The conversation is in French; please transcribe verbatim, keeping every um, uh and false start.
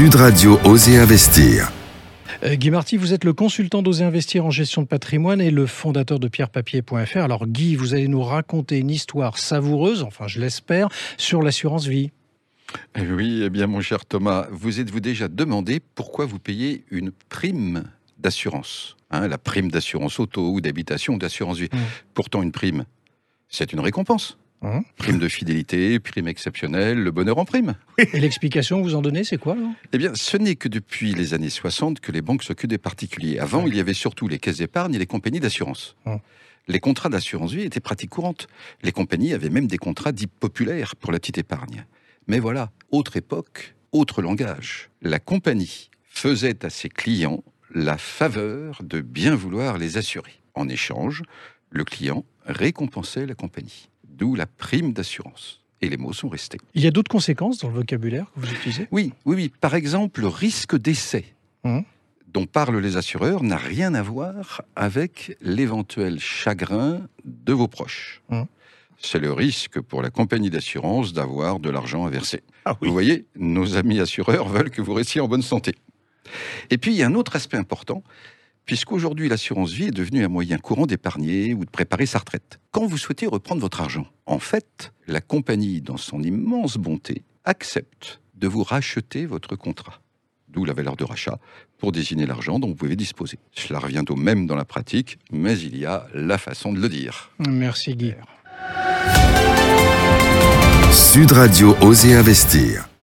Sud Radio Oser Investir. Euh, Guy Marty, vous êtes le consultant d'Oser Investir en gestion de patrimoine et le fondateur de pierre papier point f r. Alors Guy, vous allez nous raconter une histoire savoureuse, enfin je l'espère, sur l'assurance vie. Eh oui, eh bien mon cher Thomas, vous êtes-vous déjà demandé pourquoi vous payez une prime d'assurance, hein, la prime d'assurance auto ou d'habitation ou d'assurance vie. Mmh. Pourtant une prime, c'est une récompense. Mmh. Prime de fidélité, prime exceptionnelle, le bonheur en prime. Et l'explication que vous en donnez, c'est quoi alors ? Eh bien, ce n'est que depuis les années soixante que les banques s'occupent des particuliers. Avant, ouais. il y avait surtout les caisses d'épargne et les compagnies d'assurance. Mmh. Les contrats d'assurance vie étaient pratique courante. Les compagnies avaient même des contrats dits populaires pour la petite épargne. Mais voilà, autre époque, autre langage. La compagnie faisait à ses clients la faveur de bien vouloir les assurer. En échange, le client récompensait la compagnie. D'où la prime d'assurance. Et les mots sont restés. Il y a d'autres conséquences dans le vocabulaire que vous utilisez ? Oui, oui, oui. Par exemple, le risque d'essai mmh. dont parlent les assureurs n'a rien à voir avec l'éventuel chagrin de vos proches. Mmh. C'est le risque pour la compagnie d'assurance d'avoir de l'argent à verser. Ah oui. Vous voyez, nos amis assureurs veulent que vous restiez en bonne santé. Et puis, il y a un autre aspect important, puisqu'aujourd'hui, l'assurance vie est devenue un moyen courant d'épargner ou de préparer sa retraite. Quand vous souhaitez reprendre votre argent, en fait, la compagnie, dans son immense bonté, accepte de vous racheter votre contrat. D'où la valeur de rachat, pour désigner l'argent dont vous pouvez disposer. Cela revient au même dans la pratique, mais il y a la façon de le dire. Merci Guy. Sud Radio Oser Investir.